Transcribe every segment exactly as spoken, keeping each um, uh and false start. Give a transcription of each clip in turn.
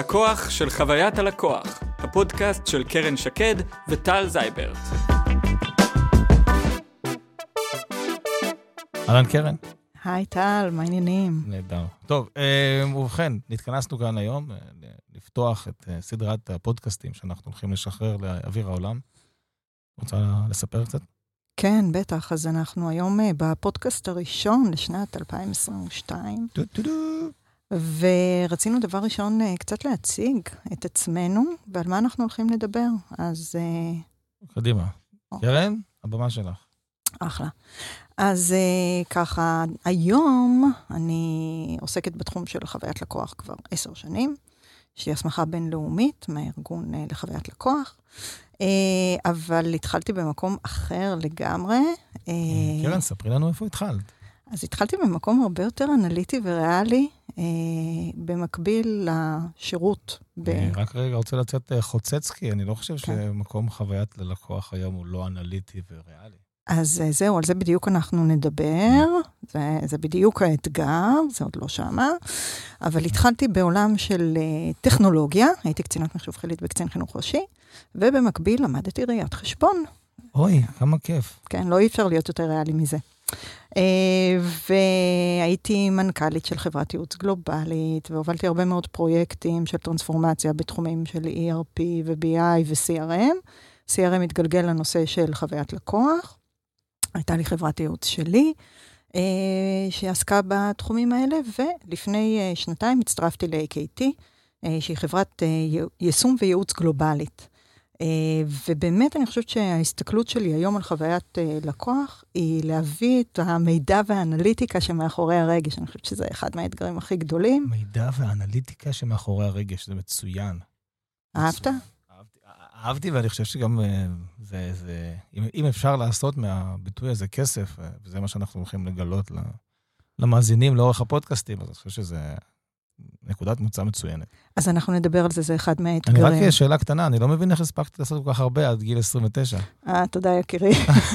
הכוח של חוויית הלקוח, הפודקאסט של קרן שקד וטל זייברט. אהלן קרן. היי טל, מה העניינים? נהדר. טוב, ובכן, נתכנסנו כאן היום לפתוח את סדרת הפודקאסטים שאנחנו הולכים לשחרר לאוויר העולם. רוצה לספר קצת? כן, בטח. אז אנחנו היום בפודקאסט הראשון לשנת אלפיים עשרים ושתיים. טו טו טו. ורצינו דבר ראשון קצת להציג את עצמנו, ועל מה אנחנו הולכים לדבר. אז... קדימה. קרן, הבמה שלך. אחלה. אז ככה, היום אני עוסקת בתחום של חוויית לקוח כבר עשר שנים. יש לי הסמכה בינלאומית מהארגון לחוויית לקוח. אבל התחלתי במקום אחר לגמרי. קרן, ספרי לנו איפה התחלת. אז התחלתי במקום הרבה יותר אנליטי וריאלי, במקביל לשירות. רק רגע, רוצה לצאת חוצצקי, אני לא חושב שמקום חוויית ללקוח היום הוא לא אנליטי וריאלי. אז זהו, על זה בדיוק אנחנו נדבר, זה, זה בדיוק האתגר, זה עוד לא שמה, אבל התחלתי בעולם של טכנולוגיה, הייתי קצינת מחשוב חילית בקצין חינוך ראשי, ובמקביל למדתי ראיית חשבון. אוי, כמה כיף. כן, לא אי אפשר להיות יותר ריאלי מזה. והייתי מנכ"לית של חברת ייעוץ גלובלית, והובלתי הרבה מאוד פרויקטים של טרנספורמציה בתחומים של E R P ו-B I ו-C R M. C R M מתגלגל לנושא של חוויית לקוח. הייתה לי חברת ייעוץ שלי, שעסקה בתחומים האלה, ולפני שנתיים הצטרפתי ל-A K T, שהיא חברת יישום וייעוץ גלובלית. ובאמת אני חושבת שההסתכלות שלי היום על חוויית לקוח, היא להביא את המידע והאנליטיקה שמאחורי הרגש. אני חושבת שזה אחד מהאתגרים הכי גדולים. מידע והאנליטיקה שמאחורי הרגש, זה מצוין. אהבת? אהבתי, ואני חושב שגם זה, זה, אם, אם אפשר לעשות מהביטוי הזה כסף, וזה מה שאנחנו הולכים לגלות למאזינים לאורך הפודקאסטים, אז אני חושב שזה נקודת מוצא מצוינת. אז אנחנו נדבר על זה, זה אחד מהאתגרים. אני רק שאלה קטנה, אני לא מבין איך הספקתי לעשות כל כך הרבה עד גיל עשרים ותשע. אה, תודה יקירי.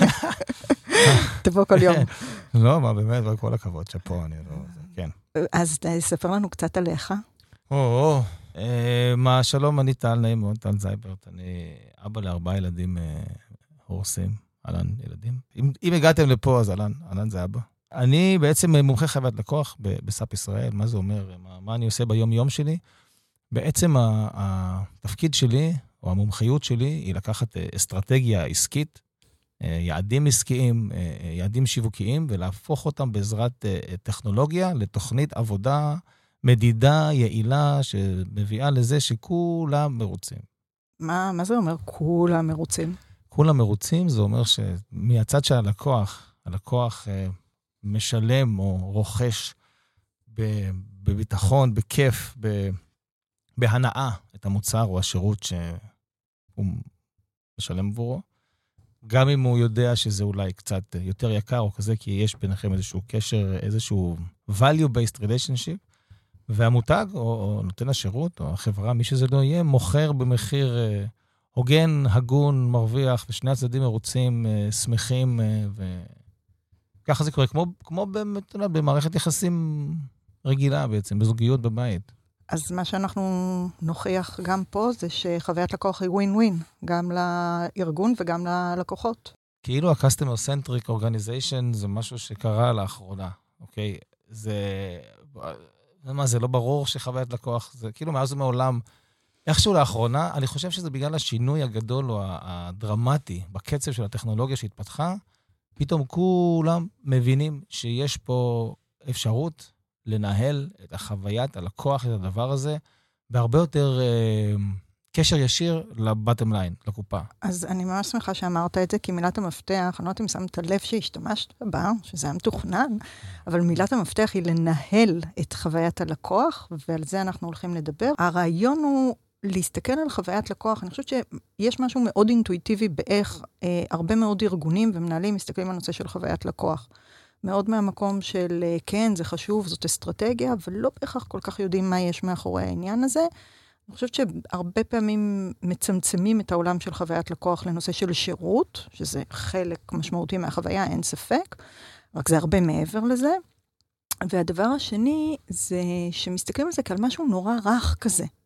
תבוא כל יום. לא, מה באמת, וכל הכבוד שפה, אני לא, כן. אז תספר לנו קצת עליך. או, או. מה, שלום, אני טל נעים מאוד, טל זייברט, אני אבא לארבעה ילדים הורסים, אלן ילדים. אם, אם הגעתם לפה, אז אלן, אלן זה אבא. אני בעצם מומחה חוויית לקוח בסאפ ישראל, מה זה אומר, מה, מה אני עושה ביום יום שלי. בעצם התפקיד שלי, או המומחיות שלי, היא לקחת אסטרטגיה עסקית, יעדים עסקיים, יעדים שיווקיים, ולהפוך אותם בעזרת טכנולוגיה לתוכנית עבודה מדידה יעילה שמביאה לזה שכולם מרוצים. מה, מה זה אומר כולם מרוצים? כולם מרוצים, זה אומר שמהצד של הלקוח, הלקוח משלם או רוכש בביטחון, בכיף, בהנאה את המוצר או השירות שהוא משלם עבורו. גם אם הוא יודע שזה אולי קצת יותר יקר או כזה, כי יש ביניכם איזשהו קשר, איזשהו value-based relationship, והמותג, או, או נותן השירות, או החברה, מי שזה לא יהיה, מוכר במחיר אה, הוגן, הגון, מרוויח, ושני הצדדים מרוצים, אה, שמחים, אה, וככה זה קורה, כמו, כמו באמת, במערכת יחסים רגילה בעצם, בזוגיות בבית. אז מה שאנחנו נוכיח גם פה, זה שחוויית לקוח היא ווין-ווין, גם לארגון וגם ללקוחות. כאילו ה-Customer Centric Organization זה משהו שקרה לאחרונה, אוקיי? זה... מה, זה לא ברור שחוויית לקוח, זה כאילו מאז ומעולם, איכשהו לאחרונה, אני חושב שזה בגלל השינוי הגדול או הדרמטי בקצב של הטכנולוגיה שהתפתחה, פתאום כולם מבינים שיש פה אפשרות לנהל את החוויית הלקוח, את הדבר הזה, בהרבה יותר אה, קשר ישיר לבטם ליין, לקופה. אז אני ממש שמחה שאמרת את זה, כי מילת המפתח, אני לא יודעת אם שמת לב שהשתמשת בה, שזה היה מתוכנן, אבל מילת המפתח היא לנהל את חוויית הלקוח, ועל זה אנחנו הולכים לדבר. הרעיון הוא להסתכל על חוויית לקוח, אני חושבת שיש משהו מאוד אינטואיטיבי באיך אה, הרבה מאוד ארגונים ומנהלים מסתכלים על נושא של חוויית לקוח. מאוד מהמקום של כן, זה חשוב, זאת אסטרטגיה, אבל לא בהכרח כל כך יודעים מה יש מאחורי העניין הזה. אני חושבת שהרבה פעמים מצמצמים את העולם של חוויית לקוח לנושא של שירות, שזה חלק משמעותי מהחוויה, אין ספק, רק זה הרבה מעבר לזה. והדבר השני זה שמסתכלים על זה כעל משהו נורא רך כזה.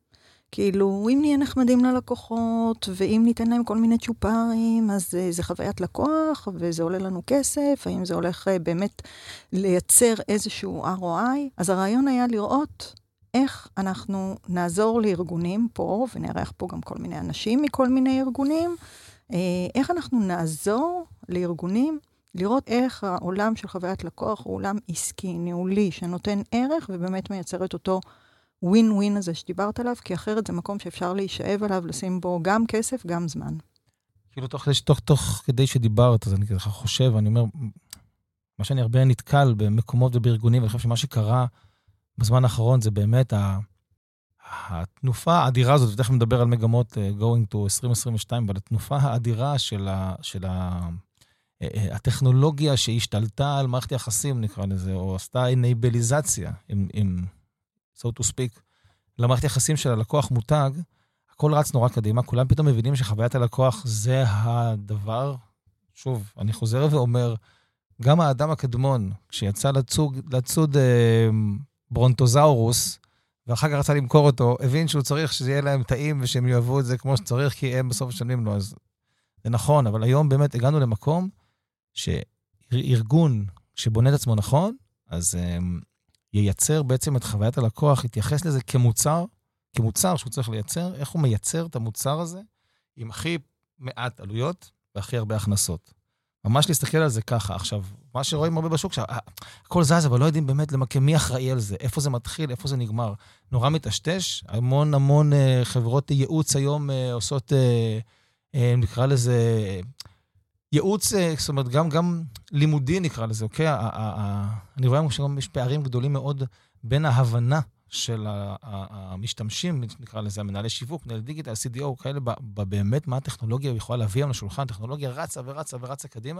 כאילו, אם נהיה נחמדים ללקוחות, ואם ניתן להם כל מיני צ'ופרים, אז זה, זה חוויית לקוח, וזה עולה לנו כסף, האם זה הולך באמת לייצר איזשהו אר או איי. אז הרעיון היה לראות איך אנחנו נעזור לארגונים פה, ונערך פה גם כל מיני אנשים מכל מיני ארגונים, איך אנחנו נעזור לארגונים, לראות איך העולם של חוויית לקוח הוא עולם עסקי, ניהולי, שנותן ערך, ובאמת מייצר את אותו ווין ווין הזה שדיברת עליו, כי אחרת זה מקום שאפשר להישאב עליו, לשים בו גם כסף, גם זמן. כאילו, תוך, תוך, תוך כדי שדיברת, אז אני ככה חושב, אני אומר, מה שאני הרבה נתקל במקומות ובארגונים, ואני חושב שמה שקרה בזמן האחרון, זה באמת ה, התנופה האדירה הזאת, ותכף מדבר על מגמות uh, going to עשרים עשרים ושתיים, אבל התנופה האדירה של, ה, של ה, הטכנולוגיה שהשתלטה על מערכת יחסים, נקרא לזה, או עשתה אנייבליזציה, עם, עם so to speak, למערכת יחסים של הלקוח מותג, הכל רץ נורא קדימה, כולם פתאום מבינים שחוויית הלקוח זה הדבר. שוב, אני חוזר ואומר, גם האדם הקדמון, כשיצא לצוד, לצוד אה, ברונטוזאורוס, ואחר כך רצה למכור אותו, הבין שהוא צריך שזה יהיה להם טעים, ושהם יאהבו את זה כמו שצריך, כי הם בסוף משלמים לו. אז זה נכון, אבל היום באמת הגענו למקום, שארגון שבונה את עצמו נכון, אז אה, ייצר בעצם את חוויית הלקוח, יתייחס לזה כמוצר, כמוצר שהוא צריך לייצר, איך הוא מייצר את המוצר הזה, עם הכי מעט עלויות, והכי הרבה הכנסות. ממש להסתכל על זה ככה. עכשיו, מה שרואים הרבה בשוק, הכל זז, אבל לא יודעים באמת למקם מי אחראי על זה, איפה זה מתחיל, איפה זה נגמר. נורא מתשתש, המון המון חברות ייעוץ היום עושות, נקרא לזה, ייעוץ, זאת אומרת, גם, גם לימודי נקרא לזה, אוקיי? אני רואה שגם יש פערים גדולים מאוד בין ההבנה של המשתמשים, נקרא לזה, המנהלי שיווק, מנהלי דיגיטל, סי די או, כאלה, באמת מה הטכנולוגיה יכולה להביא על השולחן, הטכנולוגיה רצה ורצה ורצה קדימה,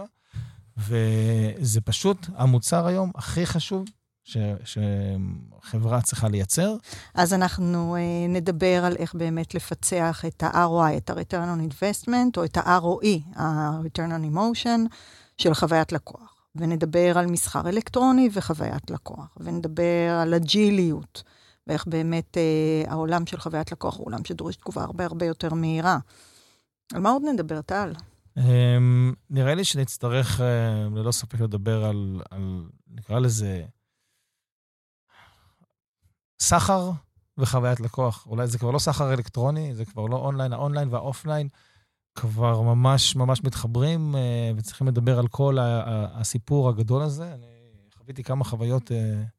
וזה פשוט המוצר היום הכי חשוב ש, שחברה צריכה לייצר. אז אנחנו uh, נדבר על איך באמת לפצח את ה-אר או איי, את ה-Return on Investment, או את ה-אר או אי, ה-Return on Emotion, של חוויית לקוח. ונדבר על מסחר אלקטרוני וחוויית לקוח. ונדבר על אג'יליות, ואיך באמת uh, העולם של חוויית לקוח הוא עולם שדורש תגובה הרבה הרבה יותר מהירה. על מה עוד נדבר, טל? Um, נראה לי שנצטרך uh, ללא ספק לדבר על, על, נקרא לזה, סחר וחוויית לקוח. אולי זה כבר לא סחר אלקטרוני, זה כבר לא אונליין, האונליין והאופליין כבר ממש ממש מתחברים, וצריכים לדבר על כל הסיפור הגדול הזה. אני חוויתי כמה חוויות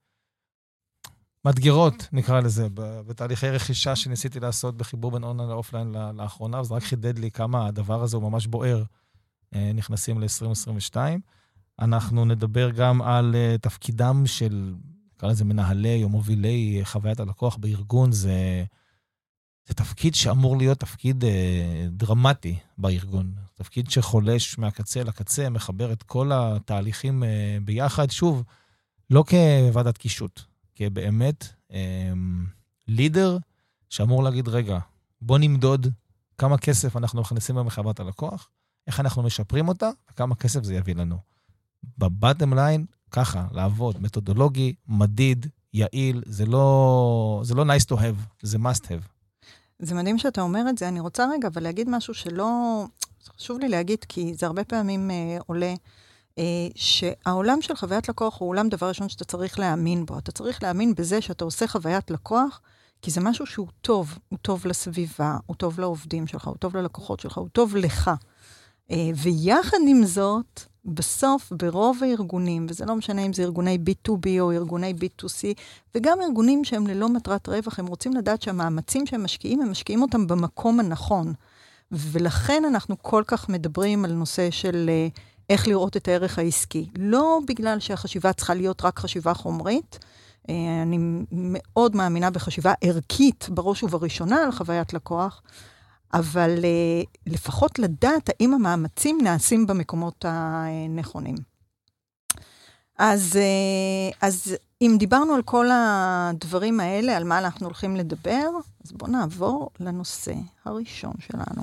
מאתגרות, נקרא לזה, בתהליכי רכישה שניסיתי לעשות בחיבור בין אונליין לאופליין לאחרונה, וזה רק חידד לי כמה הדבר הזה הוא ממש בוער, נכנסים ל-עשרים עשרים ושתיים. אנחנו נדבר גם על תפקידם של נקרא לזה מנהלי או מובילי חוויית הלקוח בארגון, זה, זה תפקיד שאמור להיות תפקיד אה, דרמטי בארגון. תפקיד שחולש מהקצה לקצה, מחבר את כל התהליכים אה, ביחד. שוב, לא כוועדת קישוט, כבאמת אה, לידר שאמור להגיד, רגע, בוא נמדוד כמה כסף אנחנו מכניסים בחוויית הלקוח, איך אנחנו משפרים אותה, וכמה כסף זה יביא לנו. בבטם ליין, ככה, לעבוד, מתודולוגי, מדיד, יעיל, זה לא, זה לא nice to have, זה must have. זה מדהים שאתה אומר את זה, אני רוצה רגע, אבל להגיד משהו שלא, חשוב לי להגיד, כי זה הרבה פעמים אה, עולה, אה, שהעולם של חוויית לקוח הוא עולם דבר ראשון שאתה צריך להאמין בו. אתה צריך להאמין בזה שאתה עושה חוויית לקוח, כי זה משהו שהוא טוב, הוא טוב לסביבה, הוא טוב לעובדים שלך, הוא טוב ללקוחות שלך, הוא טוב לך. אה, ויחד עם זאת, בסוף, ברוב הארגונים, וזה לא משנה אם זה ארגוני בי טו בי או ארגוני בי טו סי, וגם ארגונים שהם ללא מטרת רווח, הם רוצים לדעת שהמאמצים שהם משקיעים, הם משקיעים אותם במקום הנכון. ולכן אנחנו כל כך מדברים על נושא של איך לראות את הערך העסקי. לא בגלל שהחשיבה צריכה להיות רק חשיבה חומרית, אני מאוד מאמינה בחשיבה ערכית, בראש ובראשונה על חוויית לקוח, אבל uh, לפחות לדעת האם המאמצים נעשים במקומות הנכונים. אז, uh, אז אם דיברנו על כל הדברים האלה, על מה אנחנו הולכים לדבר, אז בואו נעבור לנושא הראשון שלנו.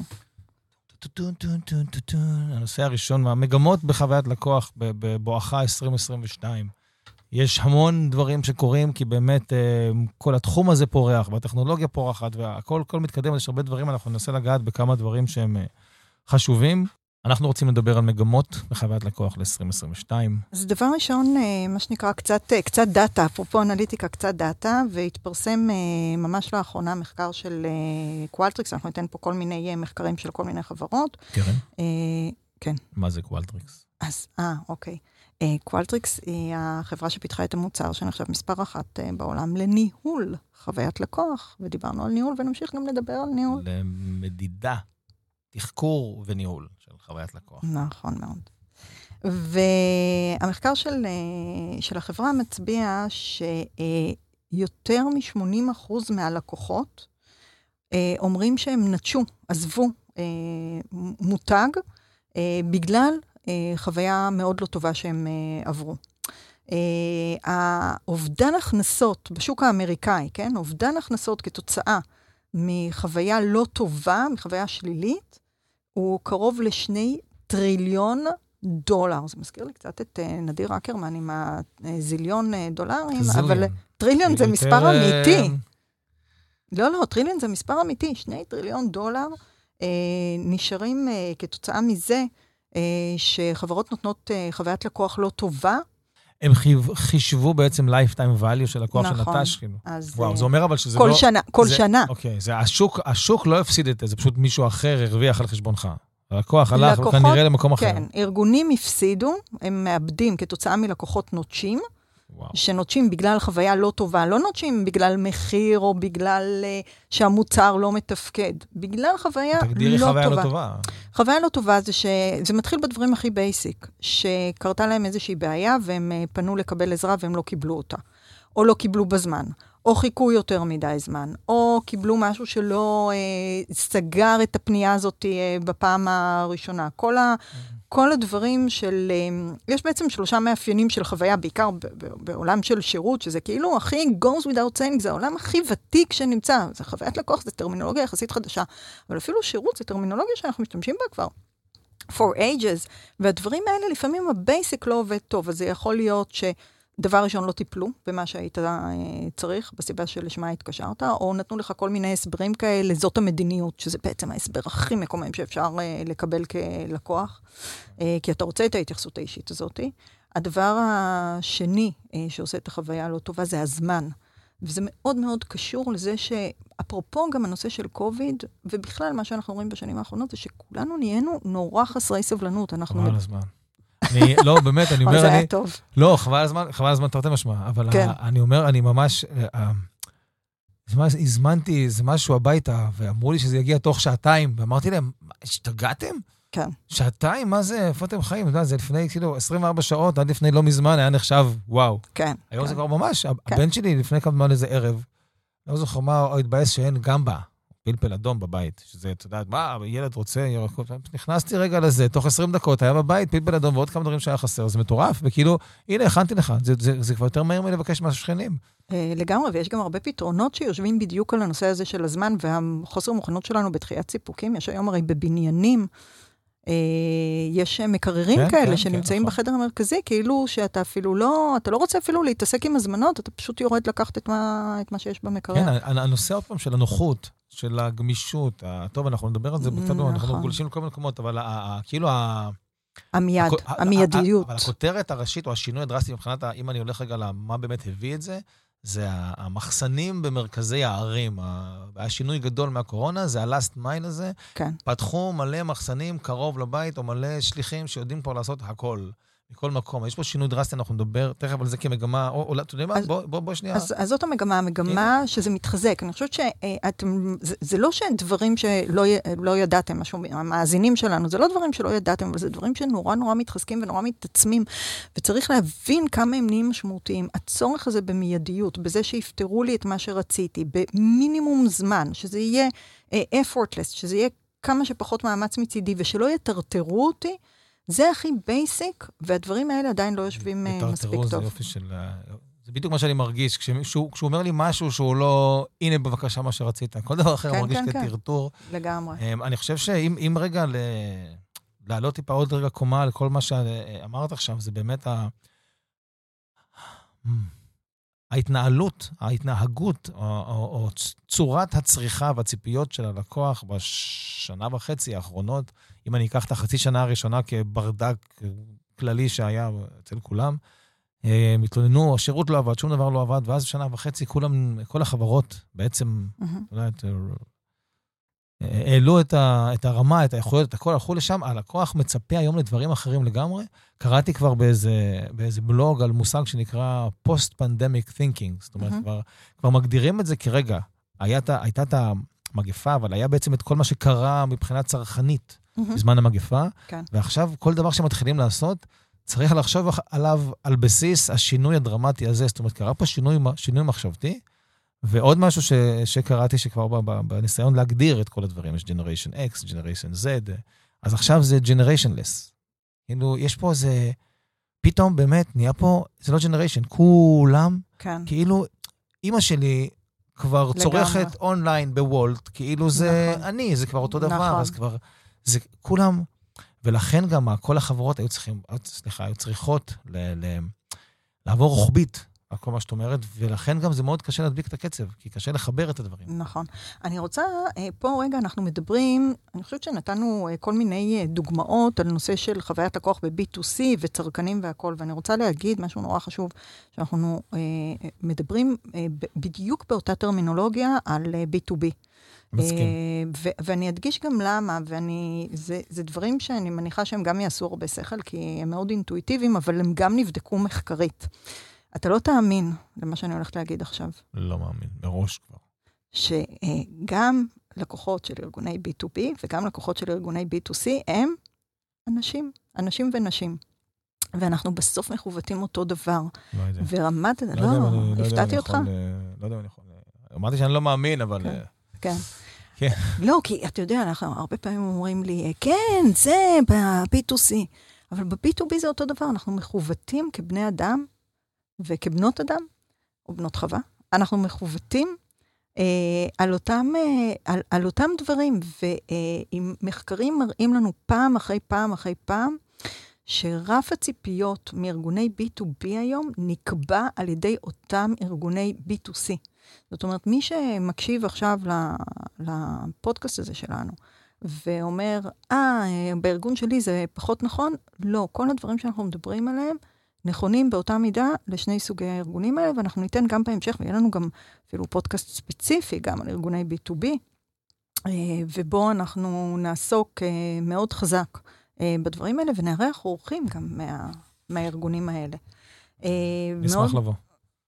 הנושא הראשון, המגמות בחוויית לקוח בבואכה עשרים עשרים ושתיים. יש המון דברים שקורים, כי באמת כל התחום הזה פורח, והטכנולוגיה פורחת, והכל כל מתקדם, יש הרבה דברים, אנחנו ננסה לגעת בכמה דברים שהם חשובים. אנחנו רוצים לדבר על מגמות בחוויית לקוח ל-עשרים עשרים ושתיים. אז דבר ראשון, מה שנקרא קצת, קצת דאטה, אפרופו אנליטיקה, קצת דאטה, והתפרסם ממש לאחרונה מחקר של קואלטריקס, אנחנו ניתן פה כל מיני מחקרים של כל מיני חברות. קרן? כן. מה זה קואלטריקס? אז, אה, אוקיי. קואלטריקס היא החברה שפיתחה את המוצר, שנחשב מספר אחת בעולם לניהול חוויית לקוח, ודיברנו על ניהול, ונמשיך גם לדבר על ניהול. למדידה. תחקור וניהול של חוויית לקוח. נכון מאוד. והמחקר של, של החברה מצביע שיותר מ-שמונים אחוז מהלקוחות אומרים שהם נטשו, עזבו מותג, בגלל חוויה מאוד לא טובה שהם עברו. האובדן הכנסות בשוק האמריקאי, כן? אובדן הכנסות כתוצאה מחוויה לא טובה, מחוויה שלילית, הוא קרוב לשני טריליון דולר. זה מזכיר לי קצת את נדיר אקרמן עם הזיליון דולרים, אבל טריליון זה מספר אמיתי. לא, לא, טריליון זה מספר אמיתי. שני טריליון דולר נשארים כתוצאה מזה שחברות נותנות חוויית לקוח לא טובה, הם חישבו בעצם lifetime value של לקוח שנטש, כאילו. וואו, זה אומר אבל שזה לא... כל שנה, כל שנה. אוקיי, זה השוק, השוק לא הפסיד את זה, זה פשוט מישהו אחר הרוויח על חשבונך. הלקוח הלך וכנראה למקום אחר. כן, ארגונים הפסידו, הם מאבדים כתוצאה מלקוחות נוטשים, שנוטשים בגלל חוויה לא טובה, לא נוטשים בגלל מחיר או בגלל שהמוצר לא מתפקד, בגלל חוויה לא טובה. תגדירי חוויה לא טובה. חוויה לא טובה זה שזה מתחיל בדברים הכי בייסיק, שקרתה להם איזושהי בעיה והם פנו לקבל עזרה והם לא קיבלו אותה, או לא קיבלו בזמן, או חיכו יותר מדי זמן, או קיבלו משהו שלא אה, סגר את הפנייה הזאת אה, בפעם הראשונה. כל ה... כל הדברים של, יש בעצם שלושה מאפיינים של חוויה, בעיקר בעולם של שירות, שזה כאילו הכי goes without saying, זה העולם הכי ותיק שנמצא, זה חוויית לקוח, זה טרמינולוגיה יחסית חדשה, אבל אפילו שירות זה טרמינולוגיה שאנחנו משתמשים בה כבר, for ages, והדברים האלה לפעמים הבייסיק לא עובד טוב, אז זה יכול להיות שדבר ראשון לא טיפלו במה שהיית צריך, בסיבה שלשמה התקשרת, או נתנו לך כל מיני הסברים כאלה, זאת המדיניות, שזה בעצם ההסבר הכי מקומם שאפשר לקבל כלקוח, כי אתה רוצה את ההתייחסות האישית הזאת. הדבר השני שעושה את החוויה הלא טובה זה הזמן, וזה מאוד מאוד קשור לזה שאפרופו גם הנושא של קוביד, ובכלל מה שאנחנו רואים בשנים האחרונות, זה שכולנו נהיינו נורא חסרי סבלנות. חבל על הזמן. אני, לא, באמת, אני אומר, זה אני... היה טוב. לא, חבל על הזמן, חבל על הזמן תרתי משמע, אבל כן. אני אומר, אני ממש... הזמנתי איזה משהו הביתה, ואמרו לי שזה יגיע תוך שעתיים, ואמרתי להם, השתגעתם? כן. שעתיים? מה זה? איפה אתם חיים? זה לפני, כאילו, עשרים וארבע שעות, עד לפני לא מזמן, היה נחשב, וואו. כן. היום זה כבר ממש, הבן שלי לפני כמה זמן איזה ערב, לא זוכר מה, או התבאס שאין גמבה, פלפל אדום בבית, שזה, אתה יודעת, מה, ילד רוצה ירקות, נכנסתי רגע לזה, תוך עשרים דקות, היה בבית, פלפל אדום, ועוד כמה דברים שהיה חסר, זה מטורף, וכאילו, הנה, הכנתי לך, זה, זה, זה כבר יותר מהר מלבקש מהשכנים. לגמרי, ויש גם הרבה פתרונות שיושבים בדיוק על הנושא הזה של הזמן, והחוסר מוכנות שלנו בתחיית סיפוקים, יש היום הרי בבניינים, יש מקררים כן, כאלה כן, שנמצאים כן, בחדר המרכזי, כאילו שאתה אפילו לא, אתה לא רוצה אפילו להתעסק עם הזמנות, אתה פשוט יורד לקחת את מה, את מה שיש במקרר. כן, הנושא עוד פעם של הנוחות, של הגמישות, טוב, אנחנו נדבר על זה בקצת, אנחנו גולשים לכל מיני מקומות, אבל כאילו המייד, המיידיות. אבל הכותרת הראשית או השינוי הדרסטי מבחינת, אם אני הולך רגע למה באמת הביא את זה, זה המחסנים במרכזי הערים. היה שינוי גדול מהקורונה, זה ה-last mile הזה. כן. פתחו מלא מחסנים קרוב לבית, או מלא שליחים שיודעים פה לעשות הכל. מכל מקום. יש פה שינוי דרסטי, אנחנו נדבר תכף על זה כמגמה, או, או, אתה יודע מה? בוא, בוא, בוא שנייה. אז, אז זאת המגמה, המגמה שזה מתחזק. אני חושבת שאתם, זה, זה לא שדברים שלא לא ידעתם, משהו, המאזינים שלנו, זה לא דברים שלא ידעתם, אבל זה דברים שנורא נורא מתחזקים ונורא מתעצמים, וצריך להבין כמה הם נהיים משמעותיים. הצורך הזה במיידיות, בזה שיפתרו לי את מה שרציתי, במינימום זמן, שזה יהיה effortless, שזה יהיה כמה שפחות מאמץ מצידי, ושלא יטרטרו אותי, זה הכי בייסיק, והדברים האלה עדיין לא יושבים מספיק טוב. זה יופי של... זה בדיוק מה שאני מרגיש, כשהוא אומר לי משהו שהוא לא, הנה בבקשה מה שרצית, כל דבר אחר מרגיש כטרטור. לגמרי. אני חושב שאם רגע לעלות טיפה עוד רגע קומה על כל מה שאמרת עכשיו, זה באמת ההתנהלות, ההתנהגות, או, או, או צורת הצריכה והציפיות של הלקוח בשנה וחצי האחרונות, אם אני אקח את החצי שנה הראשונה כברדק כללי שהיה אצל כולם, מתלוננו, השירות לא עבד, שום דבר לא עבד, ואז בשנה וחצי כולם, כל החברות בעצם, העלו את, ה, את הרמה, את היכולת, את הכל, הלכו לשם, הלקוח מצפה היום לדברים אחרים לגמרי. קראתי כבר באיזה, באיזה בלוג על מושג שנקרא Post-Pandemic Thinking, זאת אומרת, mm-hmm. כבר, כבר מגדירים את זה כרגע. הייתה, הייתה את המגפה, אבל היה בעצם את כל מה שקרה מבחינה צרכנית mm-hmm. בזמן המגפה, כן. ועכשיו כל דבר שמתחילים לעשות, צריך לחשוב עליו על בסיס השינוי הדרמטי הזה, זאת אומרת, קרה פה שינוי, שינוי מחשבתי, ועוד משהו ש, שקראתי שכבר בניסיון להגדיר את כל הדברים, יש Generation X, Generation Z, אז עכשיו זה Generationless. כאילו, יש פה איזה, פתאום באמת נהיה פה, זה לא Generation, כולם, כן. כאילו, אמא שלי כבר לגמרי. צורכת אונליין בוולט, כאילו זה נכון. אני, זה כבר אותו דבר, נכון. אז כבר, זה כולם, ולכן גם כל החברות היו צריכים, סליחה, היו צריכות ל, ל, לעבור רוחבית, על כל מה שאת אומרת, ולכן גם זה מאוד קשה להדביק את הקצב, כי קשה לחבר את הדברים. נכון. אני רוצה, פה רגע אנחנו מדברים, אני חושבת שנתנו כל מיני דוגמאות על נושא של חוויית לקוח ב-בי טו סי וצרכנים והכל, ואני רוצה להגיד משהו נורא חשוב, שאנחנו מדברים בדיוק באותה טרמינולוגיה על בי טו בי. מסכים. ואני אדגיש גם למה, ואני, זה, זה דברים שאני מניחה שהם גם יעשו הרבה שכל, כי הם מאוד אינטואיטיביים, אבל הם גם נבדקו מחקרית. אתה לא תאמין למה שאני הולכת להגיד עכשיו. לא מאמין, מראש כבר. שגם לקוחות של ארגוני בי טו בי וגם לקוחות של ארגוני בי טו סי הם אנשים, אנשים ונשים. ואנחנו בסוף מחוותים אותו דבר. לא יודע. ורמת, לא, הפתעתי אותך? לא יודע אם אני יכול. אמרתי שאני לא מאמין, אבל... כן. כן. לא, כי אתה יודע, אנחנו הרבה פעמים אומרים לי, כן, זה ב-בי טו סי. אבל ב-בי טו בי זה אותו דבר, אנחנו מחוותים כבני אדם, וכבנות אדם, או בנות חווה, אנחנו מחוותים אה, על, אותם, אה, על, על אותם דברים, ועם אה, מחקרים מראים לנו פעם אחרי פעם אחרי פעם, שרף הציפיות מארגוני בי טו בי היום נקבע על ידי אותם ארגוני בי טו סי. זאת אומרת, מי שמקשיב עכשיו לפודקאסט הזה שלנו, ואומר, אה, בארגון שלי זה פחות נכון, לא, כל הדברים שאנחנו מדברים עליהם, נכונים באותה מידה לשני סוגי הארגונים האלה, ואנחנו ניתן גם בהמשך, ויהיה לנו גם אפילו פודקאסט ספציפי, גם על ארגוני בי טו בי, ובו אנחנו נעסוק מאוד חזק בדברים האלה, ונערך אורחים גם מה, מהארגונים האלה. נשמח מאוד... לבוא.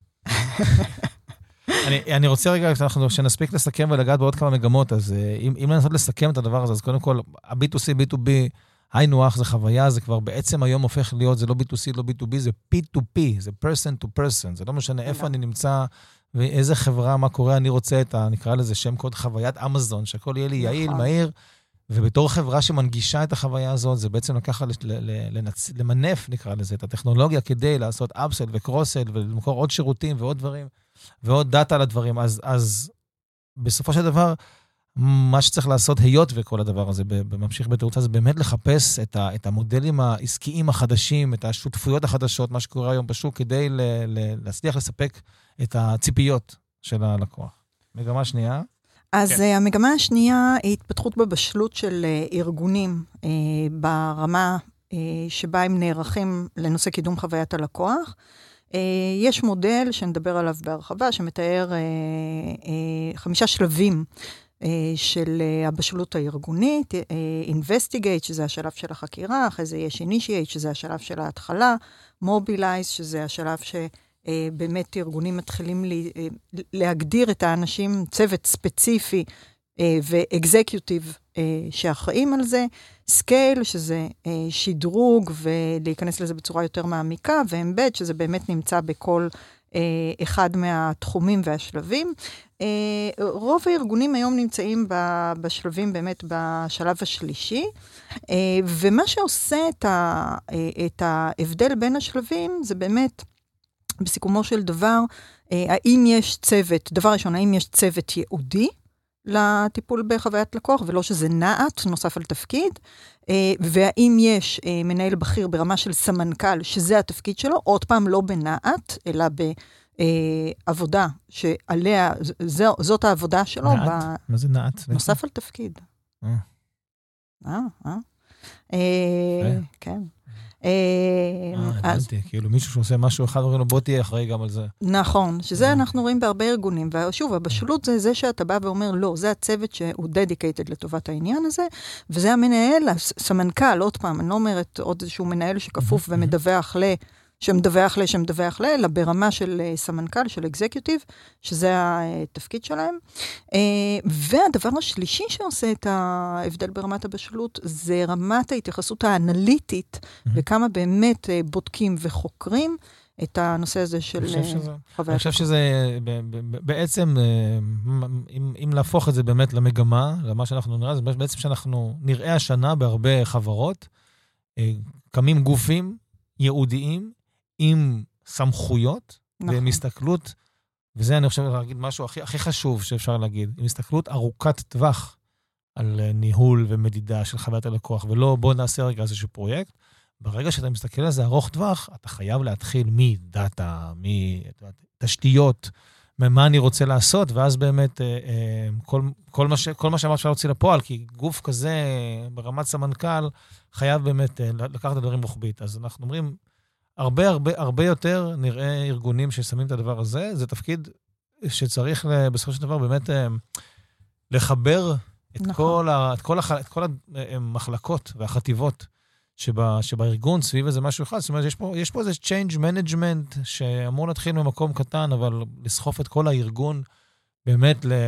אני, אני רוצה רגע, אנחנו שנספיק לסכם ולגעת בעוד כמה מגמות, אז אם, אם לנסות לסכם את הדבר הזה, אז קודם כל, ה-בי טו סי, בי טו בי, היינו אח, זה חוויה, זה כבר בעצם היום הופך להיות, זה לא בי טו סי, לא בי טו בי, זה פי טו פי, זה person to person, זה לא משנה איפה אני נמצא, ואיזה חברה, מה קורה, אני רוצה את ה, נקרא לזה שם קוד חוויית אמזון, שהכל יהיה לי יעיל, מהיר, ובתור חברה שמנגישה את החוויה הזאת, זה בעצם לקחת, למנף, נקרא לזה, את הטכנולוגיה, כדי לעשות אפסל וקרוסל, ולמכור עוד שירותים ועוד דברים, ועוד דאטה על הדברים, אז, אז בסופו של דבר, מה שצריך לעשות היות וכל הדבר הזה, בממשיך בתירוצה, זה באמת לחפש את, ה, את המודלים העסקיים החדשים, את השותפויות החדשות, מה שקורה היום בשוק, כדי ל, ל, להצליח לספק את הציפיות של הלקוח. מגמה שנייה. אז כן. המגמה השנייה היא התפתחות בבשלות של ארגונים, אה, ברמה אה, שבה הם נערכים לנושא קידום חוויית הלקוח. אה, יש מודל שנדבר עליו בהרחבה, שמתאר אה, אה, חמישה שלבים, של הבשלות הארגונית, investigate, שזה השלב של החקירה, אחרי זה יש initiate, שזה השלב של ההתחלה, mobilize, שזה השלב שבאמת ארגונים מתחילים להגדיר את האנשים, צוות ספציפי ו-executive שאחראים על זה, scale, שזה שדרוג ולהיכנס לזה בצורה יותר מעמיקה, ו-embed, שזה באמת נמצא בכל אחד מהתחומים והשלבים. רוב הארגונים היום נמצאים בשלבים, באמת בשלב השלישי, ומה שעושה את ההבדל בין השלבים, זה באמת, בסיכומו של דבר, האם יש צוות, דבר ראשון, האם יש צוות ייעודי לטיפול בחוויית לקוח, ולא שזה נעט נוסף על תפקיד, והאם יש מנהל בכיר ברמה של סמנכ"ל, שזה התפקיד שלו, עוד פעם לא בנעט, אלא בעבודה שעליה, זאת העבודה שלו. נעט? מה זה נעט? נוסף על תפקיד. אה. אה, אה. כן. אה, הבנתי, כאילו מישהו שעושה משהו אחד, אומרים לו בוא תהיה אחראי גם על זה. נכון, שזה אנחנו רואים בהרבה ארגונים, ושוב, הבשלות זה זה שאתה בא ואומר, לא, זה הצוות שהוא dedicated לטובת העניין הזה, וזה המנהל, הסמנכ"ל, עוד פעם, אני לא אומרת עוד איזשהו מנהל שכפוף ומדווח ל... שמדווח ל, שמדווח ל, אלא ברמה של סמנכ"ל, של אקזקיוטיב, שזה התפקיד שלהם. והדבר השלישי שעושה את ההבדל ברמת הבשלות, זה רמת ההתייחסות האנליטית, וכמה באמת בודקים וחוקרים את הנושא הזה של חוויית. אני חושב שזה בעצם, אם להפוך את זה באמת למגמה, למה שאנחנו נראה, זה בעצם שאנחנו נראה השנה בהרבה חברות, קמים גופים ייעודיים, עם סמכויות, נכון. ועם הסתכלות, וזה אני חושב להגיד משהו הכי, הכי חשוב שאפשר להגיד, עם הסתכלות ארוכת טווח על ניהול ומדידה של חוויית הלקוח, ולא בוא נעשה רגע איזשהו פרויקט. ברגע שאתה מסתכל על זה ארוך טווח, אתה חייב להתחיל מדאטה, מתשתיות, ממה אני רוצה לעשות, ואז באמת כל, כל מה ש, כל מה שאמרת אפשר להוציא לפועל, כי גוף כזה ברמת סמנכ"ל חייב באמת לקחת את הדברים רוחבית. אז אנחנו אומרים, הרבה, הרבה, הרבה יותר נראה ארגונים ששמים את הדבר הזה. זה תפקיד שצריך בסופו של דבר באמת לחבר את נכון. כל ה, את כל, הח, את כל המחלקות והחטיבות שבה, שבארגון סביב איזה משהו אחד. זאת אומרת, יש פה, יש פה איזה change management שאמור להתחיל ממקום קטן, אבל לסחוף את כל הארגון באמת ל...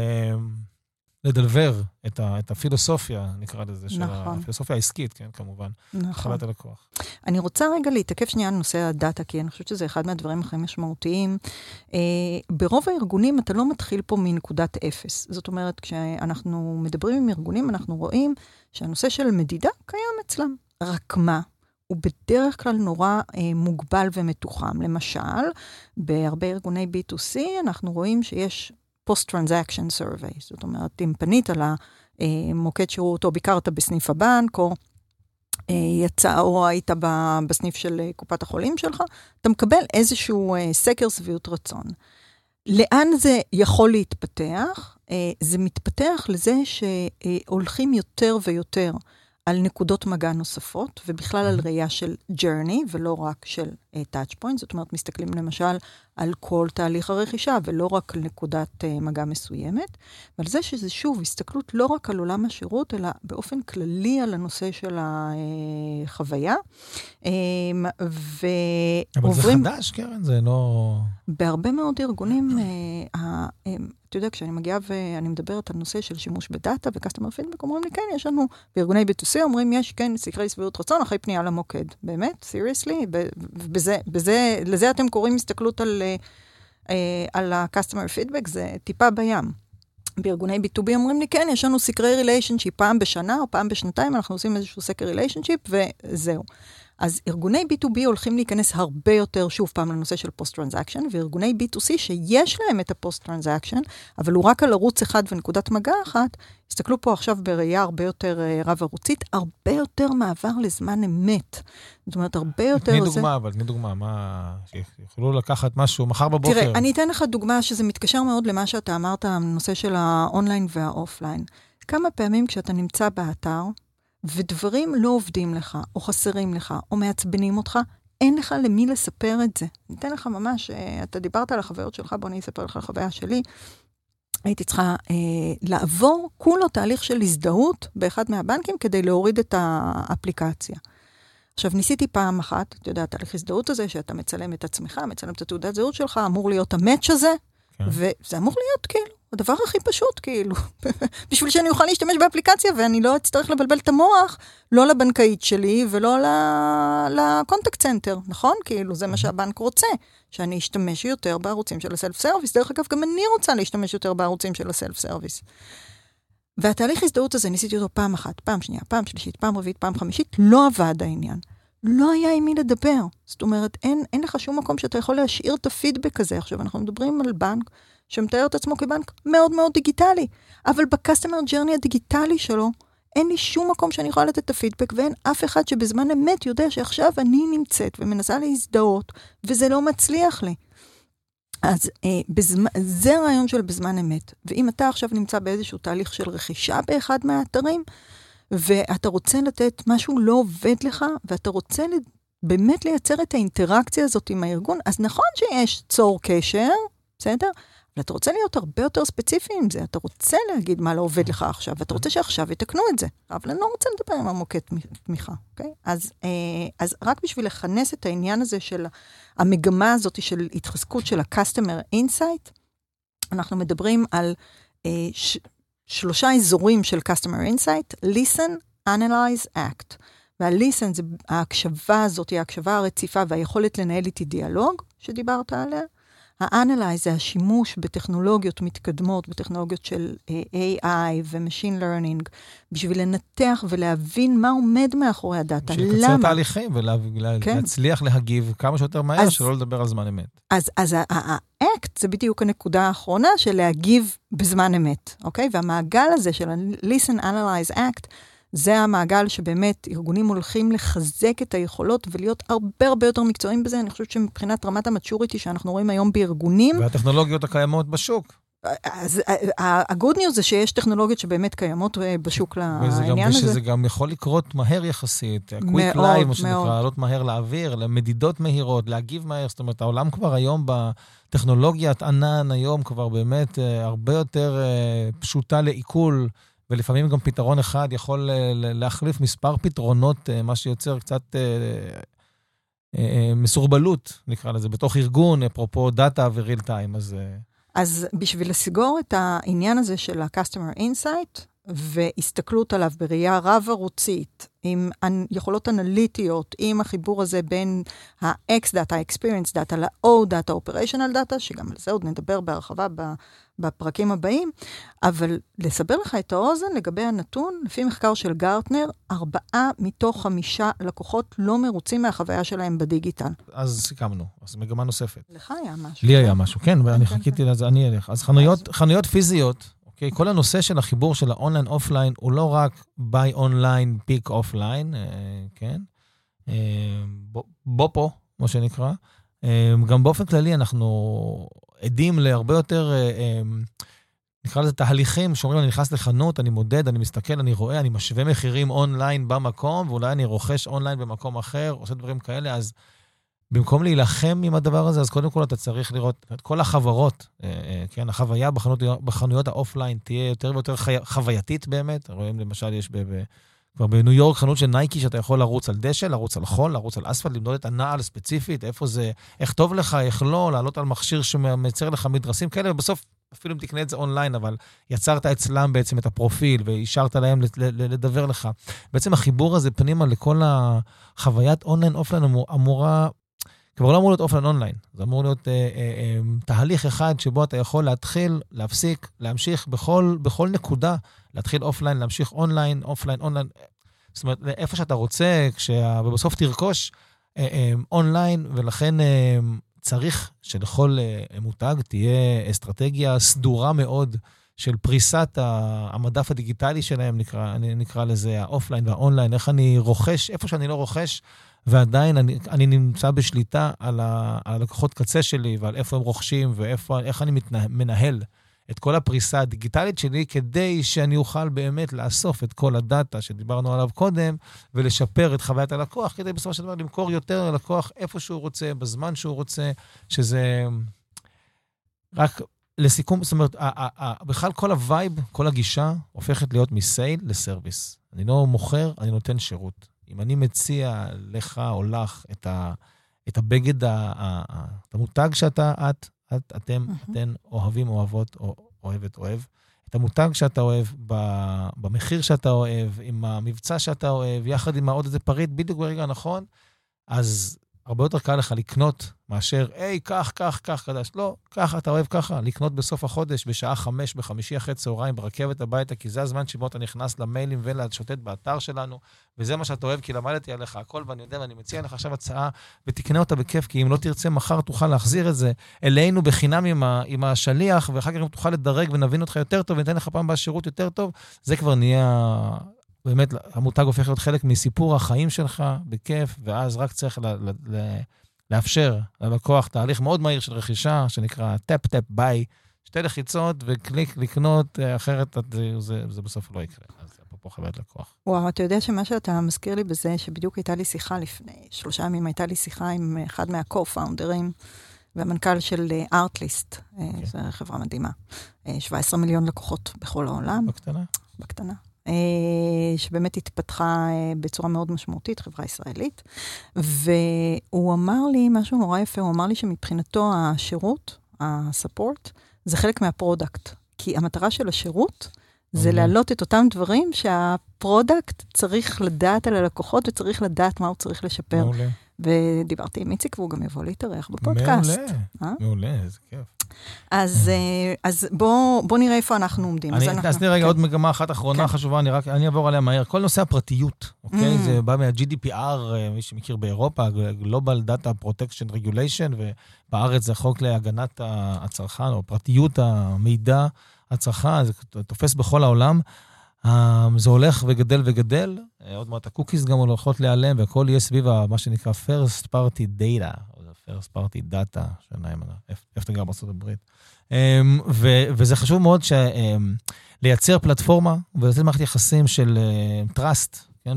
לדלבר את, ה, את הפילוסופיה, נקרא לזה, של נכון. הפילוסופיה העסקית, כן, כמובן. נכון. חוויית הלקוח. אני רוצה רגע להתעכב שנייה על נושא הדאטה, כי אני חושבת שזה אחד מהדברים הכי משמעותיים. אה, ברוב הארגונים אתה לא מתחיל פה מנקודת אפס. זאת אומרת, כשאנחנו מדברים עם ארגונים, אנחנו רואים שהנושא של מדידה קיים אצלם. רק מה? הוא בדרך כלל נורא אה, מוגבל ומתוחם. למשל, בהרבה ארגוני בי טו סי, אנחנו רואים שיש post-transaction survey. זאת אומרת, אם פנית על המוקד שירות, או ביקרת בסניף הבנק, או יצא, או היית בסניף של קופת החולים שלך, אתה מקבל איזשהו סקר סביעות רצון. לאן זה יכול להתפתח? זה מתפתח לזה שהולכים יותר ויותר על נקודות מגע נוספות, ובכלל על ראייה של journey, ולא רק של uh, touch point. זאת אומרת, מסתכלים למשל על כל תהליך הרכישה, ולא רק על נקודת uh, מגע מסוימת. ועל זה שזה שוב, הסתכלות לא רק על עולם השירות, אלא באופן כללי על הנושא של החוויה. Um, אבל ועוברים... זה חדש, קרן? זה לא... בהרבה מאוד ארגונים... uh, uh, um, אתה יודע, כשאני מגיעה ואני מדברת על נושא של שימוש בדאטה וקסטומר פידבק, אומרים לי, כן, יש לנו, בארגוני בי טו סי אומרים, יש, כן, סקרי סבירות רצון, אחרי פנייה למוקד. באמת? seriously? בזה, בזה, לזה אתם קוראים הסתכלות על, על ה-customer feedback, זה טיפה בים. בארגוני בי טו בי אומרים לי, כן, יש לנו סקרי relationship פעם בשנה או פעם בשנתיים, אנחנו עושים איזשהו סקר relationship, וזהו. אז ארגוני בי טו בי הולכים להיכנס הרבה יותר, שוב פעם, לנושא של פוסט-טרנזקשן, וארגוני בי טו סי שיש להם את הפוסט-טרנזקשן, אבל הוא רק על ערוץ אחד ונקודת מגע אחת, הסתכלו פה עכשיו בראייה הרבה יותר רב-ערוצית, הרבה יותר מעבר לזמן אמת. זאת אומרת, הרבה יותר... תני דוגמה, אבל תני דוגמה, מה... שיכולו לקחת משהו מחר בבוקר. תראה, אני אתן לך דוגמה שזה מתקשר מאוד למה שאתה אמרת, הנושא של האונליין והאופליין. כמה פעמים כשאתה נמצא באתר, ודברים לא עובדים לך, או חסרים לך, או מעצבנים אותך, אין לך למי לספר את זה. אני אתן לך ממש, אתה דיברת על החוויות שלך, בוא אני אספר לך על החוויה שלי. הייתי צריכה אה, לעבור כולו תהליך של הזדהות באחד מהבנקים, כדי להוריד את האפליקציה. עכשיו, ניסיתי פעם אחת, אתה יודע, תהליך הזדהות הזה, שאתה מצלם את עצמך, מצלם את התעודת זהות שלך, אמור להיות המאץ' הזה, כן. וזה אמור להיות כאילו, הדבר הכי פשוט, כאילו, בשביל שאני אוכל להשתמש באפליקציה, ואני לא אצטרך לבלבל את המוח, לא לבנקאית שלי, ולא לקונטקט סנטר, נכון? כאילו, זה מה שהבנק רוצה, שאני אשתמש יותר בערוצים של הסלף סרוויס. דרך אגב, גם אני רוצה להשתמש יותר בערוצים של הסלף סרוויס. והתהליך הזדהות הזה, ניסיתי אותו פעם אחת, פעם שנייה, פעם שלישית, פעם רביעית, פעם חמישית, לא עבד העניין. לא היה עם מי לדבר. זאת אומרת, אין, אין לך שום מקום שאתה יכול להשאיר את הפידבק הזה. עכשיו, אנחנו מדברים על בנק שמתאר את עצמו כבנק מאוד מאוד דיגיטלי, אבל בקסטומר ג'רני הדיגיטלי שלו, אין לי שום מקום שאני יכולה לתת את הפידבק, ואין אף אחד שבזמן אמת יודע שעכשיו אני נמצאת ומנסה להזדהות, וזה לא מצליח לי. אז אה, בזמן, זה הרעיון של בזמן אמת. ואם אתה עכשיו נמצא באיזשהו תהליך של רכישה באחד מהאתרים, ואתה רוצה לתת משהו לא עובד לך, ואתה רוצה באמת לייצר את האינטראקציה הזאת עם הארגון, אז נכון שיש צור קשר, בסדר? אבל אתה רוצה להיות הרבה יותר ספציפי עם זה, אתה רוצה להגיד מה לא עובד לך עכשיו, ואתה רוצה שעכשיו יתקנו את זה, אבל אני לא רוצה לדבר עם המוקד תמיכה, אוקיי? אז, אז רק בשביל לכנס את העניין הזה של המגמה הזאת של התחזקות של ה-Customer Insight, אנחנו מדברים על ש, שלושה אזורים של Customer Insight, Listen, Analyze, Act. וה-Listen זה ההקשבה הזאת, היא ההקשבה הרציפה והיכולת לנהל איתי דיאלוג, שדיברת עליה. ה-Analyze זה השימוש בטכנולוגיות מתקדמות, בטכנולוגיות של איי איי ו-Machine Learning, בשביל לנתח ולהבין מה עומד מאחורי הדאטה. למה? בשביל לקצר תהליכים ולהצליח להגיב כמה שיותר מהר, שלא לדבר על זמן אמת. אז, אז ה-Act זה בדיוק הנקודה האחרונה של להגיב בזמן אמת, אוקיי? והמעגל הזה של ה-Listen, Analyze, Act, זה המעגל שבאמת ארגונים הולכים לחזק את היכולות ולהיות הרבה הרבה יותר מקצועיים בזה. אני חושבת שמבחינת רמת המצ'וריטי שאנחנו רואים היום בארגונים. והטכנולוגיות הקיימות בשוק. אז ה-good news זה שיש טכנולוגיות שבאמת קיימות בשוק לעניין הזה. ושזה גם יכול לקרות מהר יחסית. quick live, מה שנקרא, לעלות מהר לאוויר, למדידות מהירות, להגיב מהר. זאת אומרת, העולם כבר היום בטכנולוגיית ענן היום כבר באמת הרבה יותר פשוטה לעיכול, ולפעמים גם פתרון אחד יכול להחליף מספר פתרונות, מה שיוצר קצת מסורבלות, נקרא לזה, בתוך ארגון, אפרופו דאטה וריל טיים. אז, אז בשביל לסגור את העניין הזה של ה-Customer Insight, והסתכלות עליו בראייה רב-ערוצית, עם יכולות אנליטיות, עם החיבור הזה בין ה-X Data, Experience Data, ל-O Data, Operational Data, שגם על זה עוד נדבר בהרחבה בפרקים הבאים, אבל לסבר לך את האוזן לגבי הנתון, לפי מחקר של גרטנר, ארבעה מתוך חמישה לקוחות לא מרוצים מהחוויה שלהם בדיגיטל. אז סיכמנו, אז מגמה נוספת. לך היה משהו. לי היה משהו, כן, ואני חיכיתי לזה, אני אלך. אז חנויות, חנויות פיזיות, אוקיי, כל הנושא של החיבור של האונליין אופליין, הוא לא רק buy online, pick offline, כן? בוא פה, מה שנקרא. גם באופן כללי אנחנו עדים להרבה יותר, נקרא לזה תהליכים, שאומרים, אני נכנס לחנות, אני מודד, אני מסתכל, אני רואה, אני משווה מחירים אונליין במקום, ואולי אני רוכש אונליין במקום אחר, עושה דברים כאלה, אז במקום להילחם עם הדבר הזה, אז קודם כל אתה צריך לראות את כל החברות, כן, החוויה בחנות, בחנויות האופליין תהיה יותר ויותר חווייתית באמת, רואים למשל יש ב... כבר בניו יורק חנות של נייקי, שאתה יכול לרוץ על דשא, לרוץ על חול, לרוץ על אספלט, למדוד את הנעל ספציפית, איפה זה, איך טוב לך, איך לא, לעלות על מכשיר שמייצר לך מדרסים כאלה, ובסוף אפילו אם תקנה את זה אונליין, אבל יצרת אצלם בעצם את הפרופיל, והשארת להם לדבר לך. בעצם החיבור הזה פנימה לכל החוויית אונליין, אופליין אמורה, כבר לא אמור להיות אופליין אונליין, זה אמור להיות אה, אה, אה, תהליך אחד שבו אתה יכול להתחיל, להפסיק, להמשיך בכל, בכל נקודה, להתחיל אופליין, להמשיך אונליין, אופליין, אונליין, זאת אומרת, איפה שאתה רוצה, כשה, ובסוף תרכוש אה, אה, אונליין, ולכן אה, צריך שלכל אה, מותג תהיה אסטרטגיה סדורה מאוד של פריסת המדף הדיגיטלי שלהם, נקרא, נקרא לזה האופליין והאונליין, איך אני רוכש, איפה שאני לא רוכש, ועדיין אני, אני נמצא בשליטה על, ה, על הלקוחות קצה שלי, ועל איפה הם רוכשים, ואיך אני מתנה, מנהל את כל הפריסה הדיגיטלית שלי, כדי שאני אוכל באמת לאסוף את כל הדאטה שדיברנו עליו קודם, ולשפר את חוויית הלקוח, כדי בסופו של דבר למכור יותר ללקוח איפה שהוא רוצה, בזמן שהוא רוצה, שזה רק לסיכום, זאת אומרת, בכלל כל הווייב, כל הגישה, הופכת להיות מסייל לסרוויס. אני לא מוכר, אני נותן שירות. אם אני מציע לך או לך את, ה, את הבגד, ה, ה, ה, את המותג שאתה, את, את, אתם, mm-hmm. אתן אוהבים, אוהבות, או, אוהבת, אוהב, את המותג שאתה אוהב, ב, במחיר שאתה אוהב, עם המבצע שאתה אוהב, יחד עם העוד איזה פריט, בדיוק ברגע הנכון, אז הרבה יותר קל לך לקנות מאשר, היי, כך, כך, כך, קדש. לא, ככה, אתה אוהב ככה, לקנות בסוף החודש, בשעה חמש, בחמישי אחרי צהריים, ברכבת הביתה, כי זה הזמן שבו אתה נכנס למיילים ולשוטט באתר שלנו, וזה מה שאתה אוהב, כי למדתי עליך הכל, ואני יודע, ואני מציע לך עכשיו הצעה, ותקנה אותה בכיף, כי אם לא תרצה, מחר תוכל להחזיר את זה אלינו בחינם עם, ה, עם השליח, ואחר כך אם תוכל לדרג ונבין אותך יותר טוב, וניתן לך פעם בשירות יותר טוב, זה כבר נהיה, באמת, המותג הופך להיות חלק מסיפור החיים שלך, בכיף, ואז רק צריך ל, ל, ל, לאפשר ללקוח תהליך מאוד מהיר של רכישה, שנקרא טאפ-טאפ-ביי, שתי לחיצות וקליק לקנות, אחרת זה, זה, זה בסוף לא יקרה. אז פה חוויית לקוח. וואו, אתה יודע שמה שאתה מזכיר לי בזה, שבדיוק הייתה לי שיחה לפני שלושה ימים, הייתה לי שיחה עם אחד מה-co-founders, והמנכ"ל של ארטליסט, okay. זו חברה מדהימה. שבעה עשר מיליון לקוחות בכל העולם. בקטנה? בקטנה. שבאמת התפתחה בצורה מאוד משמעותית, חברה ישראלית. והוא אמר לי משהו נורא יפה, הוא אמר לי שמבחינתו השירות, הספורט, זה חלק מהפרודקט. כי המטרה של השירות, זה להעלות את אותם דברים שהפרודקט צריך לדעת על הלקוחות, וצריך לדעת מה הוא צריך לשפר. מעולה. ודיברתי עם איציק, והוא גם יבוא להתארח בפודקאסט. מעולה, מעולה, איזה כיף. אז, אז בוא, בוא נראה איפה אנחנו עומדים. אני אתנסי רגע עוד מגמה אחת אחרונה חשובה, אני רק, אני אעבור עליה מהר. כל נושא הפרטיות, אוקיי? זה בא מה-ג'י די פי אר, מי שמכיר באירופה, Global Data Protection Regulation, ובארץ זה חוק להגנת הצרכן, או פרטיות המידע הצרכן, זה תופס בכל העולם. זה הולך וגדל וגדל, עוד מעט הקוקיס גם הולכות להיעלם, והכל יהיה סביב מה שנקרא First Party Data, או First Party Data, שניים, איפה אתה גר בארצות הברית. וזה חשוב מאוד לייצר פלטפורמה, ולתת מערכת יחסים של Trust,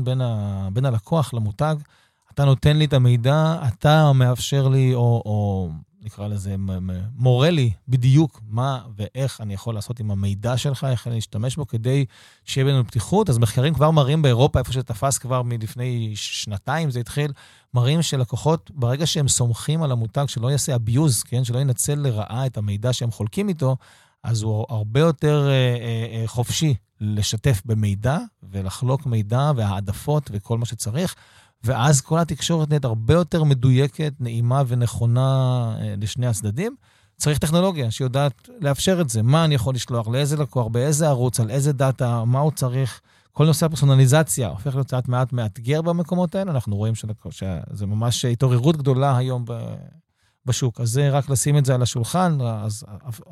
בין הלקוח למותג. אתה נותן לי את המידע, אתה מאפשר לי, או נקרא לזה, מורה לי בדיוק מה ואיך אני יכול לעשות עם המידע שלך, איך אני אשתמש בו, כדי שיהיה בינינו פתיחות. אז מחקרים כבר מראים באירופה, איפה שתפס כבר מלפני שנתיים, זה התחיל, מראים שלקוחות, ברגע שהם סומכים על המותג, שלא יעשה אביוז, כן? שלא ינצל לרעה את המידע שהם חולקים איתו, אז הוא הרבה יותר אה, אה, חופשי לשתף במידע, ולחלוק מידע והעדפות וכל מה שצריך, ואז כל התקשורת נהיית הרבה יותר מדויקת, נעימה ונכונה לשני הצדדים. צריך טכנולוגיה שיודעת לאפשר את זה. מה אני יכול לשלוח, לאיזה לקוח, באיזה ערוץ, על איזה דאטה, מה הוא צריך. כל נושא הפרסונליזציה הופך להיות קצת מעט מאתגר במקומות האלה. אנחנו רואים שזה ממש התעוררות גדולה היום בשוק. אז זה רק לשים את זה על השולחן. אז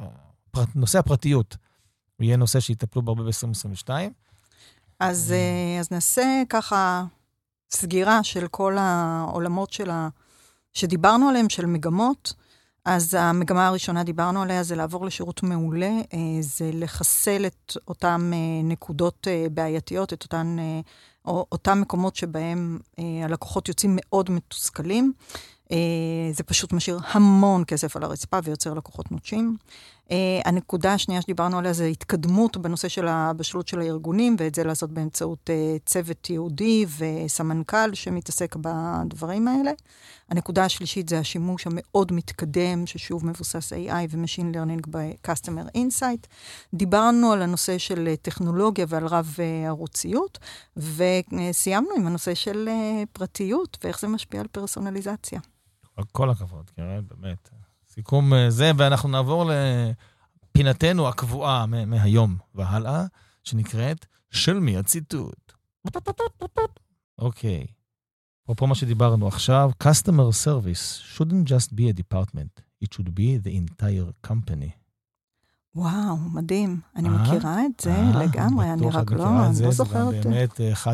נושא הפרטיות יהיה נושא שיטפלו בהרבה ב-עשרים עשרים ושתיים. אז, אז נעשה ככה סגירה של כל העולמות של ה... שדיברנו עליהם, של מגמות. אז המגמה הראשונה דיברנו עליה, זה לעבור לשירות מעולה, זה לחסל את אותם נקודות בעייתיות, את אותן, אותם מקומות שבהם הלקוחות יוצאים מאוד מתוסכלים. זה פשוט משאיר המון כסף על הרצפה ויוצר לקוחות נוטשים. הנקודה השנייה שדיברנו עליה זה התקדמות בנושא של הבשלות של הארגונים, ואת זה לעשות באמצעות צוות יהודי וסמנכ"ל שמתעסק בדברים האלה. הנקודה השלישית זה השימוש המאוד מתקדם, ששוב מבוסס איי איי ו-Machine Learning ב-Customer Insight. דיברנו על הנושא של טכנולוגיה ועל רב ערוציות, וסיימנו עם הנושא של פרטיות, ואיך זה משפיע על פרסונליזציה. כל הכבוד, קרן, באמת. סיכום זה, ואנחנו נעבור לפינתנו הקבועה מהיום והלאה, שנקראת של מי הציטוט. אוקיי. אפרופו מה שדיברנו עכשיו, Customer Service shouldn't just be a department, it should be the entire company. וואו, מדהים. אני מכירה את זה לגמרי, אני רק לא, אני לא זוכרת. זה באמת אחד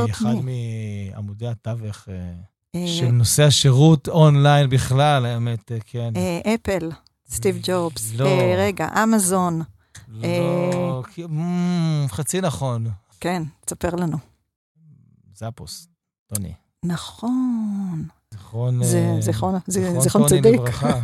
מעמודי התווך של נושא השירות אונליין בכלל, האמת, כן. אפל, סטיב ג'ובס, רגע, אמזון. לא, חצי נכון. כן, תספר לנו. זאפוס, טוני. נכון. זיכרון... זיכרון צדיק.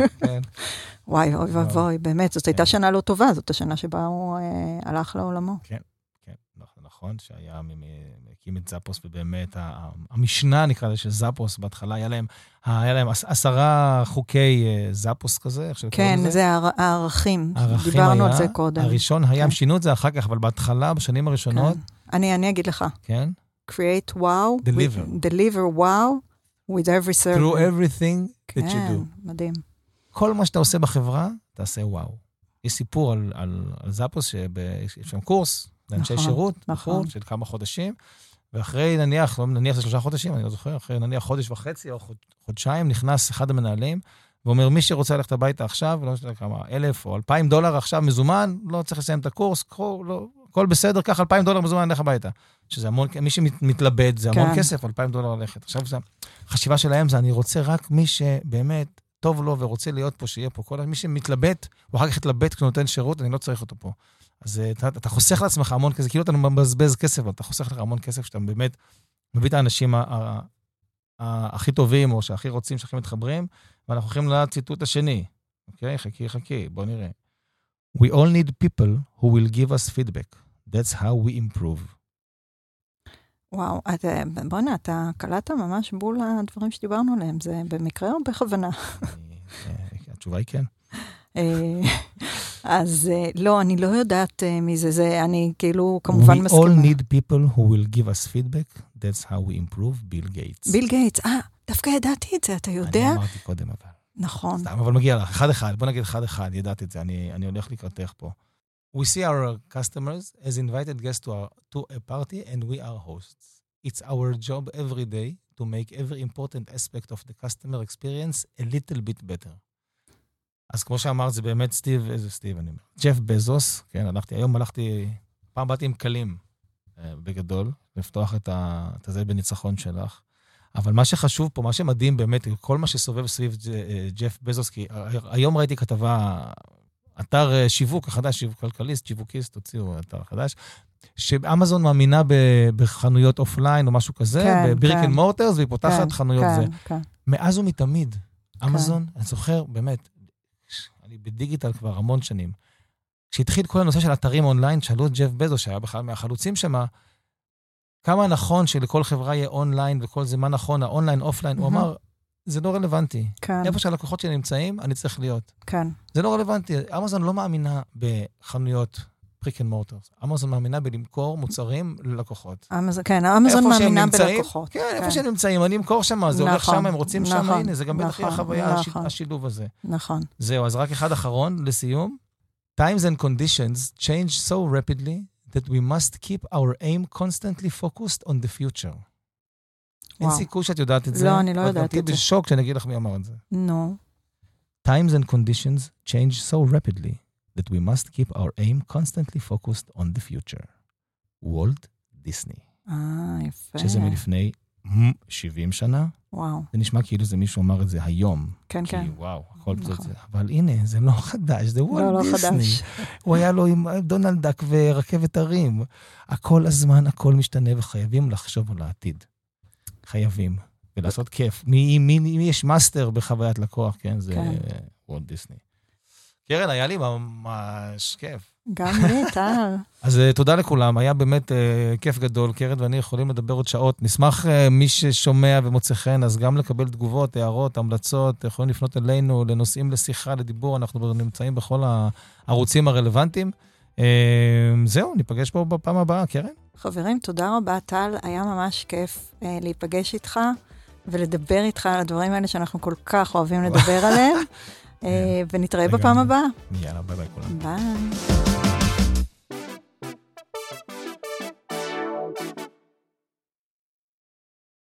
וואי, אוי ואבוי, באמת, זאת הייתה שנה לא טובה, זאת השנה שבה הוא הלך לעולמו. כן, כן, נכון, שהיה, הקים את זאפוס, ובאמת, המשנה נקרא לזה של זאפוס, בהתחלה היה להם, היה להם עשרה חוקי זאפוס כזה, כן, זה הערכים, דיברנו על זה קודם. הראשון היה, הם שינו את זה אחר כך, אבל בהתחלה, בשנים הראשונות... אני אגיד לך. כן? create wow, deliver, deliver wow, With every server. through everything that you כן, do. מדהים. כל מה שאתה עושה בחברה, תעשה וואו. יש סיפור על, על, על זאפוס, שיש שם קורס, לאנשי נכון, שירות, נכון. בחור, של כמה חודשים, ואחרי נניח, לא נניח זה שלושה חודשים, אני לא זוכר, אחרי נניח חודש וחצי או חוד, חודשיים, נכנס אחד המנהלים, ואומר, מי שרוצה ללכת הביתה עכשיו, לא יודע כמה, אלף או אלפיים דולר עכשיו מזומן, לא צריך לסיים את הקורס, קחו, לא, הכל בסדר, קח אלפיים דולר מזומן, נלך הביתה. שזה המון, מי שמתלבט, זה המון כן. כסף, אלפיים דולר ללכת. עכשיו, זה, החשיבה שלהם זה, אני רוצה רק מי שבאמת טוב לו ורוצה להיות פה, שיהיה פה. כל מי שמתלבט, הוא אחר כך יתלבט כשהוא נותן שירות, אני לא צריך אותו פה. אז אתה, אתה חוסך לעצמך המון כסף, כאילו אתה מבזבז כסף, אבל אתה חוסך לך המון כסף, שאתה באמת מביא את האנשים ה- ה- ה- הכי טובים, או שהכי רוצים, שהכי מתחברים, ואנחנו הולכים לציטוט השני. אוקיי? חכי, חכי, בוא נראה. We all need people who will give us feedback. That's how we improve. וואו, את, בוא נה, אתה קלטת ממש בול הדברים שדיברנו עליהם, זה במקרה או בכוונה? התשובה היא כן. אז לא, אני לא יודעת מי זה, זה, אני כאילו כמובן מסכימה. We all need people who will give us feedback. That's how we improve. ביל גייטס. ביל גייטס, אה, דווקא ידעתי את זה, אתה יודע? אני אמרתי קודם, אבל. נכון. סתם, אבל מגיע לך, אחד אחד, בוא נגיד אחד אחד, ידעתי את זה, אני, אני הולך לקראתך פה. We see our customers as invited guests to, our, to a party and we are hosts. It's our job every day to make every important aspect of the customer experience a little bit better. אז כמו שאמרת, זה באמת סטיב, איזה סטיב אני אומר, ג'ף בזוס, כן, הלכתי, היום הלכתי, פעם באתי עם קלים, בגדול, לפתוח את, ה, את הזה בניצחון שלך. אבל מה שחשוב פה, מה שמדהים באמת, כל מה שסובב סביב ג'ף בזוס, כי היום ראיתי כתבה, אתר שיווק החדש, שיווק כלכליסט, שיווקיסט, תוציאו אתר חדש, שאמזון מאמינה בחנויות אופליין או משהו כזה, כן, בבריק כן. אנד מורטרס, והיא פותחת כן, חנויות כן, זה. כן. מאז ומתמיד, אמזון, אני זוכר, באמת, אני בדיגיטל כבר המון שנים, כשהתחיל כל הנושא של אתרים אונליין, שאלו את ג'ף בזוס, שהיה בכלל מהחלוצים שמה, כמה נכון שלכל חברה יהיה אונליין וכל זה, מה נכון, האונליין, אופליין, הוא אמר, זה לא רלוונטי. כן. איפה שהלקוחות שנמצאים, אני צריך להיות. כן. זה לא רלוונטי. אמזון לא מאמינה בחנויות בריק אנד מורטרס. אמזון מאמינה בלמכור מוצרים ללקוחות. אמזון, כן, אמזון מאמינה בלקוחות. כן, איפה שהם נמצאים, אני אמכור שם, זה הולך שם, הם רוצים שם, הנה, זה גם בטח החוויה, השילוב הזה. נכון. זהו, אז רק אחד אחרון, לסיום. Times and conditions change so rapidly that we must keep our aim constantly focused on the future. אין סיכוי שאת יודעת את זה. לא, אני לא יודעת את זה. את תהיי בשוק כשאני אגיד לך מי אמר את זה. נו. Times and conditions change so rapidly that we must keep our aim constantly focused on the future. וולט דיסני. אה, יפה. שזה מלפני שבעים שנה. וואו. זה נשמע כאילו זה מישהו אמר את זה היום. כן, כי, כן. וואו, הכל נכון. זה. אבל הנה, זה לא חדש, זה וולט לא, לא דיסני. חדש. הוא היה לו עם דונלד דק ורכבת הרים. הכל הזמן, הכל משתנה, וחייבים לחשוב על העתיד. חייבים. ולעשות כיף. מי, מי, מי יש מאסטר בחוויית לקוח, כן? זה כן. וולט דיסני. קרן, היה לי ממש כיף. גם לי, טל. אז תודה לכולם, היה באמת uh, כיף גדול, קרן ואני יכולים לדבר עוד שעות. נשמח uh, מי ששומע ומוצא חן, אז גם לקבל תגובות, הערות, המלצות, יכולים לפנות אלינו לנושאים לשיחה, לדיבור, אנחנו נמצאים בכל הערוצים הרלוונטיים. Uh, זהו, ניפגש פה בפעם הבאה, קרן. חברים, תודה רבה, טל, היה ממש כיף uh, להיפגש איתך ולדבר איתך על הדברים האלה שאנחנו כל כך אוהבים לדבר עליהם. ונתראה בפעם הבאה. יאללה, ביי ביי כולם. ביי.